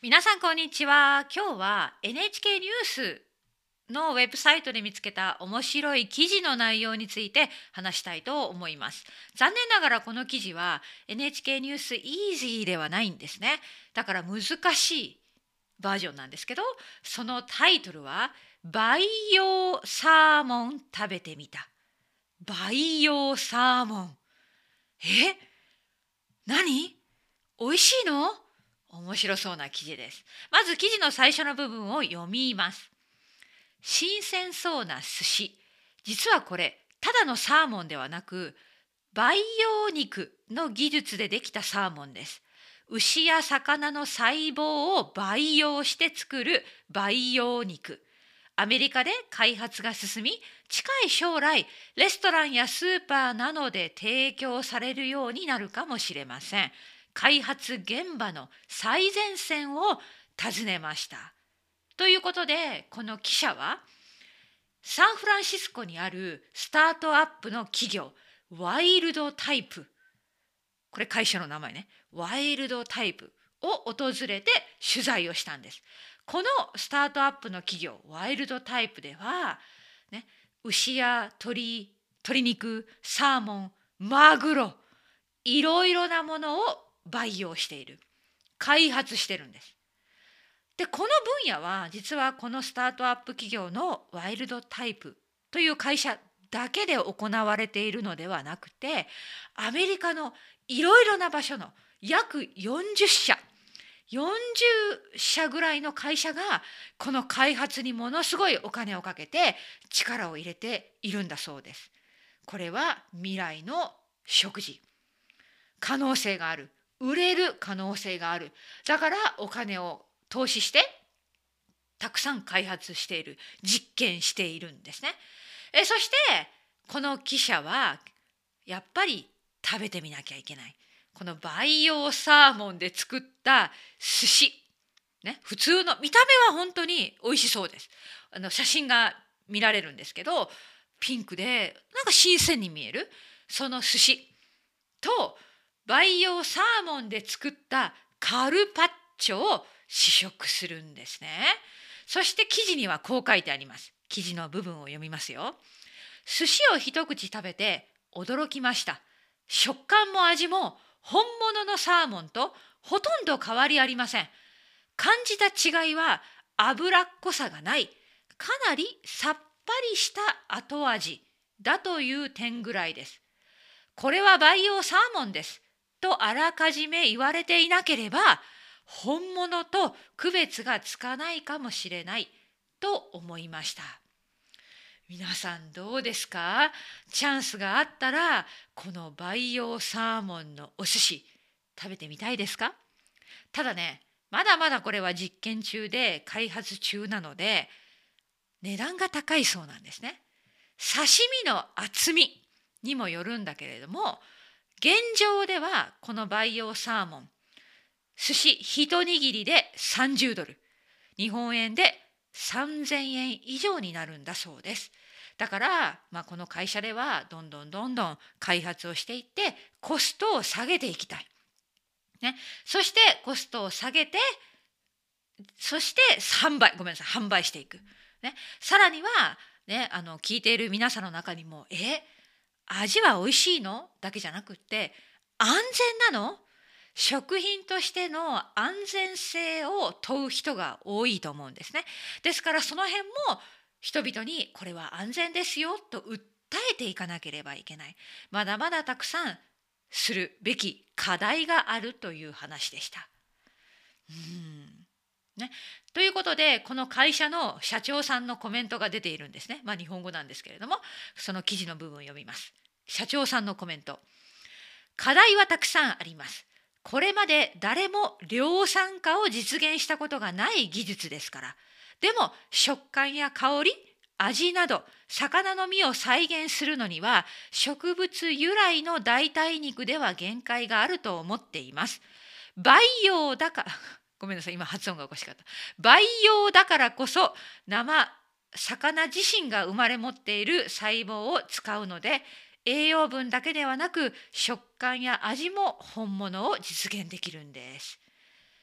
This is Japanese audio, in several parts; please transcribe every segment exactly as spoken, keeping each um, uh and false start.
皆さんこんにちは。今日は エヌエイチケー ニュースのウェブサイトで見つけた面白い記事の内容について話したいと思います。残念ながらこの記事は エヌエイチケー ニュースイージーではないんですね。だから難しいバージョンなんですけど、そのタイトルは培養サーモン食べてみた。培養サーモン。え何美味しいの？面白そうな記事です。まず記事の最初の部分を読みます。新鮮そうな寿司。実はこれ、ただのサーモンではなく、培養肉の技術でできたサーモンです。牛や魚の細胞を培養して作る培養肉。アメリカで開発が進み、近い将来、レストランやスーパーなどで提供されるようになるかもしれません。開発現場の最前線を訪ねました。ということで、この記者は、サンフランシスコにあるスタートアップの企業、ワイルドタイプ。これ会社の名前ね。ワイルドタイプを訪れて取材をしたんです。このスタートアップの企業、ワイルドタイプでは、ね、牛や鶏、鶏肉、サーモン、マグロ、いろいろなものを培養している。開発してるんです。で、この分野は実はこのスタートアップ企業のワイルドタイプという会社だけで行われているのではなくて、アメリカのいろいろな場所の約よんじゅっしゃ、よんじゅっしゃぐらいの会社がこの開発にものすごいお金をかけて力を入れているんだそうです。これは未来の食事。可能性がある。売れる可能性がある。だからお金を投資してたくさん開発している。実験しているんですね。えそしてこの記者はやっぱり食べてみなきゃいけない。この培養サーモンで作った寿司、ね、普通の見た目は本当に美味しそうです。あの写真が見られるんですけど、ピンクでなんか新鮮に見えるその寿司と培養サーモンで作ったカルパッチョを試食するんですね。そして記事にはこう書いてあります。記事の部分を読みますよ。寿司を一口食べて驚きました。食感も味も本物のサーモンとほとんど変わりありません。感じた違いは脂っこさがない、かなりさっぱりした後味だという点ぐらいです。これは培養サーモンですとあらかじめ言われていなければ、本物と区別がつかないかもしれないと思いました。皆さんどうですか？チャンスがあったらこの培養サーモンのお寿司食べてみたいですか？ただね、まだまだこれは実験中で開発中なので値段が高いそうなんですね。刺身の厚みにもよるんだけれども、現状ではこの培養サーモン、寿司一握りでさんじゅうドル、日本円でさんぜんえん以上になるんだそうです。だから、まあ、この会社ではどんどんどんどん開発をしていってコストを下げていきたい。ね、そしてコストを下げて、そして販売、ごめんなさい、販売していく。ね、さらには、ね、あの聞いている皆さんの中にも、え、味は美味しいのだけじゃなくって、安全なの？食品としての安全性を問う人が多いと思うんですね。ですからその辺も人々にこれは安全ですよと訴えていかなければいけない。まだまだたくさんするべき課題があるという話でした。うーんね、ということでこの会社の社長さんのコメントが出ているんですね。まあ日本語なんですけれども、その記事の部分を読みます。社長さんのコメント。課題はたくさんあります。これまで誰も量産化を実現したことがない技術ですから。でも食感や香り、味など魚の身を再現するのには植物由来の代替肉では限界があると思っています。培養だからごめんなさい、今発音がおかしかった。培養だからこそ生魚自身が生まれ持っている細胞を使うので、栄養分だけではなく食感や味も本物を実現できるんです。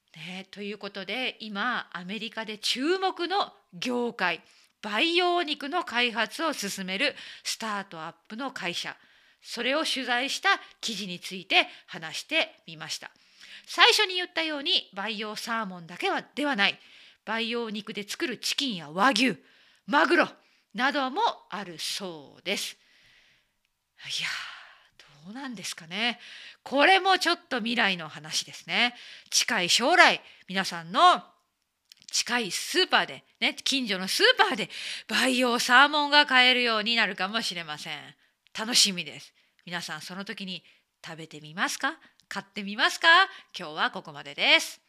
ね、ということで今アメリカで注目の業界、培養肉の開発を進めるスタートアップの会社、それを取材した記事について話してみました。最初に言ったように培養サーモンだけはではない、培養肉で作るチキンや和牛、マグロなどもあるそうです。いやー、どうなんですかね。これもちょっと未来の話ですね。近い将来、皆さんの近いスーパーで、ね、近所のスーパーで培養サーモンが買えるようになるかもしれません。楽しみです。皆さんその時に食べてみますか？買ってみますか？今日はここまでです。